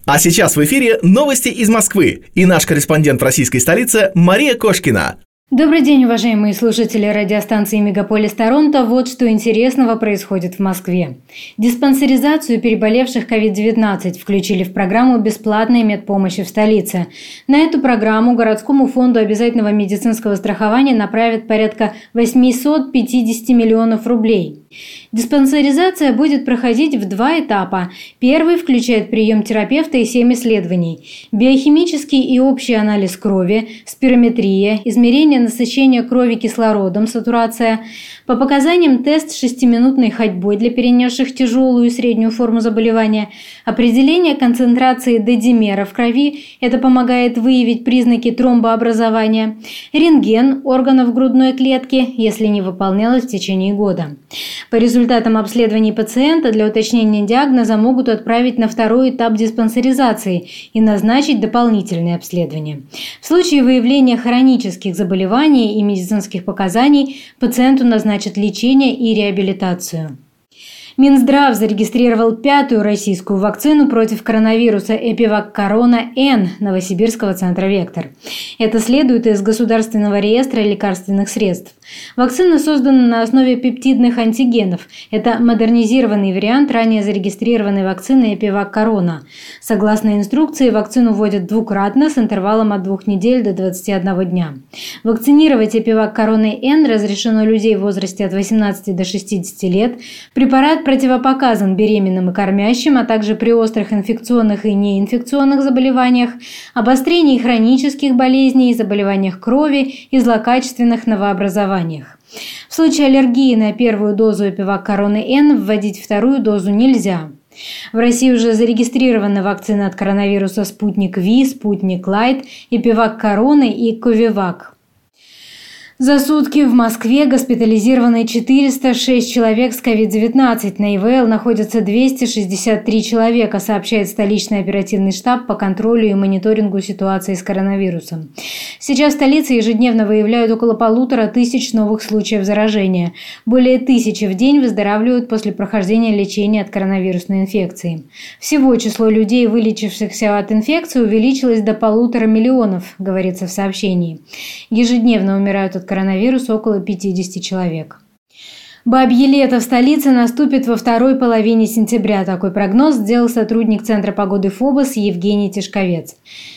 А сейчас в эфире новости из Москвы и наш корреспондент в российской столице Мария Кошкина. Добрый день, уважаемые слушатели радиостанции «Мегаполис Торонто». Вот что интересного происходит в Москве. Диспансеризацию переболевших COVID-19 включили в программу бесплатной медпомощи в столице. На эту программу городскому фонду обязательного медицинского страхования направят порядка 850 миллионов рублей. Диспансеризация будет проходить в 2 этапа. Первый включает прием терапевта и 7 исследований. Биохимический и общий анализ крови, спирометрия, измерение насыщения крови кислородом, сатурация. По показаниям тест 6-минутной ходьбой для перенесших тяжелую и среднюю форму заболевания. Определение концентрации дедимера в крови. Это помогает выявить признаки тромбообразования. Рентген органов грудной клетки, если не выполнялось в течение года. По результатам обследований пациента для уточнения диагноза могут отправить на 2-й этап диспансеризации и назначить дополнительные обследования. В случае выявления хронических заболеваний и медицинских показаний пациенту назначат лечение и реабилитацию. Минздрав зарегистрировал 5-ю российскую вакцину против коронавируса Эпивак Корона-Н Новосибирского центра «Вектор». Это следует из Государственного реестра лекарственных средств. Вакцина создана на основе пептидных антигенов. Это модернизированный вариант ранее зарегистрированной вакцины Эпивак Корона. Согласно инструкции, вакцину вводят двукратно с интервалом от 2 недель до 21 дня. Вакцинировать Эпивак Короной-Н разрешено людей в возрасте от 18 до 60 лет. Препарат противопоказан беременным и кормящим, а также при острых инфекционных и неинфекционных заболеваниях, обострении хронических болезней, заболеваниях крови и злокачественных новообразованиях. В случае аллергии на 1-ю дозу Эпивак Короны-Н вводить 2-ю дозу нельзя. В России уже зарегистрированы вакцины от коронавируса Спутник Ви, Спутник Лайт, Эпивак Короны и Ковивак. За сутки в Москве госпитализированы 406 человек с COVID-19. На ИВЛ находятся 263 человека, сообщает столичный оперативный штаб по контролю и мониторингу ситуации с коронавирусом. Сейчас в столице ежедневно выявляют около 1500 новых случаев заражения. Более 1000 в день выздоравливают после прохождения лечения от коронавирусной инфекции. Всего число людей, вылечившихся от инфекции, увеличилось до 1,5 миллиона, говорится в сообщении. Ежедневно умирают от коронавируса около 50 человек. Бабье лето в столице наступит во 2-й половине сентября. Такой прогноз сделал сотрудник Центра погоды ФОБОС Евгений Тишковец.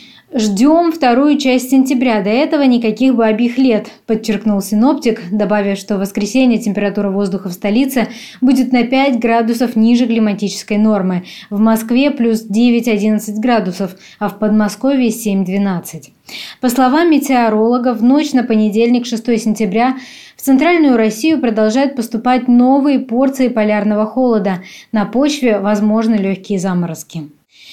«Ждем 2-ю часть сентября. До этого никаких бабьих лет», – подчеркнул синоптик, добавив, что в воскресенье температура воздуха в столице будет на 5 градусов ниже климатической нормы. В Москве плюс 9-11 градусов, а в Подмосковье 7-12. По словам метеорологов, в ночь на понедельник, 6 сентября, в Центральную Россию продолжают поступать новые порции полярного холода. На почве возможны легкие заморозки.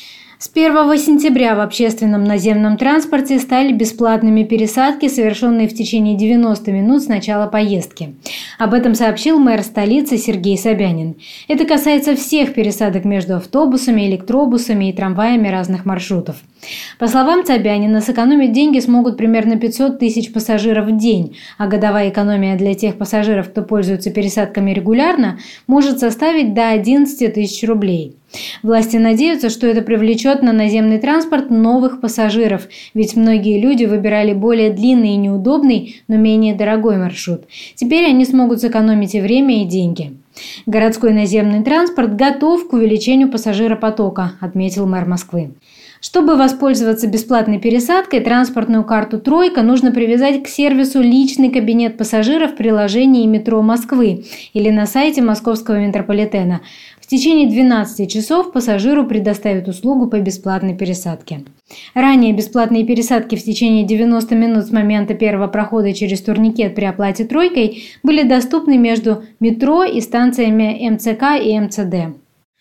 С 1 сентября в общественном наземном транспорте стали бесплатными пересадки, совершенные в течение 90 минут с начала поездки. Об этом сообщил мэр столицы Сергей Собянин. Это касается всех пересадок между автобусами, электробусами и трамваями разных маршрутов. По словам Собянина, сэкономить деньги смогут примерно 500 тысяч пассажиров в день, а годовая экономия для тех пассажиров, кто пользуется пересадками регулярно, может составить до 11 тысяч рублей. Власти надеются, что это привлечет на наземный транспорт новых пассажиров, ведь многие люди выбирали более длинный и неудобный, но менее дорогой маршрут. Теперь они смогут сэкономить и время, и деньги. Городской наземный транспорт готов к увеличению пассажиропотока, отметил мэр Москвы. Чтобы воспользоваться бесплатной пересадкой, транспортную карту «Тройка» нужно привязать к сервису «Личный кабинет пассажира» в приложении «Метро Москвы» или на сайте московского метрополитена. В течение 12 часов пассажиру предоставят услугу по бесплатной пересадке. Ранее бесплатные пересадки в течение 90 минут с момента первого прохода через турникет при оплате «Тройкой» были доступны между метро и станциями МЦК и МЦД.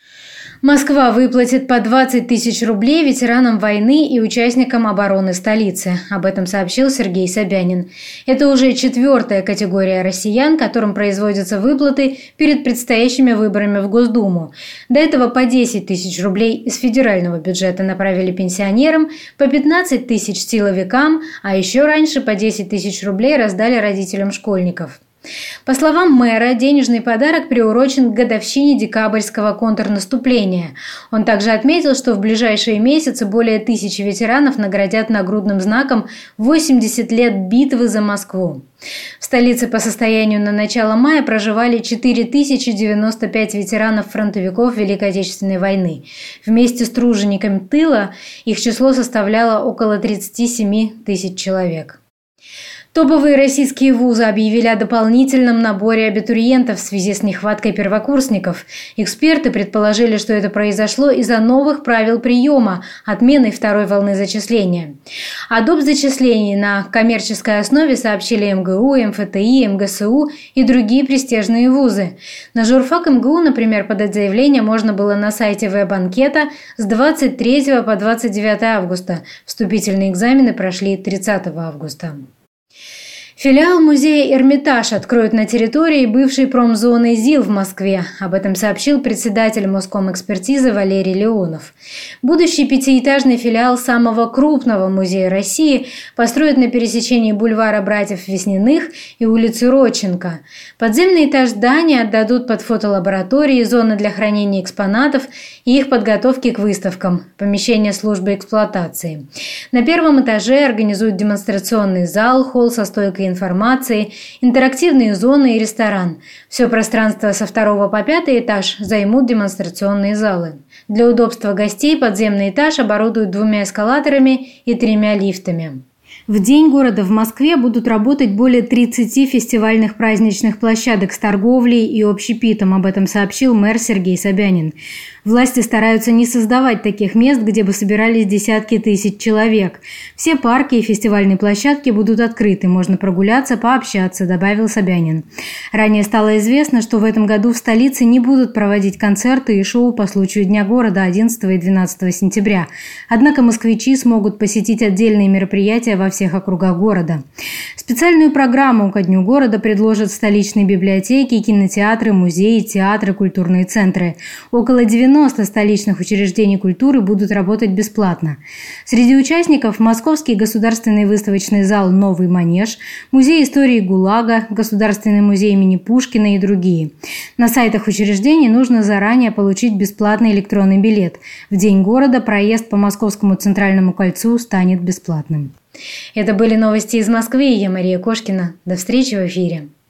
Москва выплатит по 20 тысяч рублей ветеранам войны и участникам обороны столицы. Об этом сообщил Сергей Собянин. Это уже 4-я категория россиян, которым производятся выплаты перед предстоящими выборами в Госдуму. До этого по 10 тысяч рублей из федерального бюджета направили пенсионерам, по 15 тысяч силовикам, а еще раньше по 10 тысяч рублей раздали родителям школьников. По словам мэра, денежный подарок приурочен к годовщине декабрьского контрнаступления. Он также отметил, что в ближайшие месяцы более 1000 ветеранов наградят нагрудным знаком 80 лет битвы за Москву. В столице по состоянию на начало мая проживали 4095 ветеранов-фронтовиков Великой Отечественной войны. Вместе с тружениками тыла их число составляло около 37 тысяч человек. Топовые российские вузы объявили о дополнительном наборе абитуриентов в связи с нехваткой первокурсников. Эксперты предположили, что это произошло из-за новых правил приема, отмены второй волны зачисления. О доп. Зачислении на коммерческой основе сообщили МГУ, МФТИ, МГСУ и другие престижные вузы. На журфак МГУ, например, подать заявление можно было на сайте веб-анкета с 23 по 29 августа. Вступительные экзамены прошли 30 августа. Филиал музея «Эрмитаж» откроют на территории бывшей промзоны ЗИЛ в Москве. Об этом сообщил председатель Москометэкспертизы Валерий Леонов. Будущий пятиэтажный филиал самого крупного музея России построят на пересечении бульвара Братьев Весниных и улицы Родченко. Подземный этаж здания отдадут под фотолаборатории, зоны для хранения экспонатов и их подготовки к выставкам, помещения службы эксплуатации. На первом этаже организуют демонстрационный зал, холл со стойкой информации, интерактивные зоны и ресторан. Все пространство со 2 по 5 этаж займут демонстрационные залы. Для удобства гостей подземный этаж оборудуют 2 эскалаторами и 3 лифтами. В День города в Москве будут работать более 30 фестивальных праздничных площадок с торговлей и общепитом. Об этом сообщил мэр Сергей Собянин. Власти стараются не создавать таких мест, где бы собирались десятки тысяч человек. Все парки и фестивальные площадки будут открыты, можно прогуляться, пообщаться, добавил Собянин. Ранее стало известно, что в этом году в столице не будут проводить концерты и шоу по случаю Дня города 11 и 12 сентября. Однако москвичи смогут посетить отдельные мероприятия во всех округах города. Специальную программу ко Дню города предложат столичные библиотеки, кинотеатры, музеи, театры, культурные центры. Около 90 столичных учреждений культуры будут работать бесплатно. Среди участников Московский государственный выставочный зал «Новый Манеж», Музей истории ГУЛАГа, Государственный музей имени Пушкина и другие. На сайтах учреждений нужно заранее получить бесплатный электронный билет. В День города проезд по Московскому центральному кольцу станет бесплатным. Это были новости из Москвы. Я Мария Кошкина. До встречи в эфире.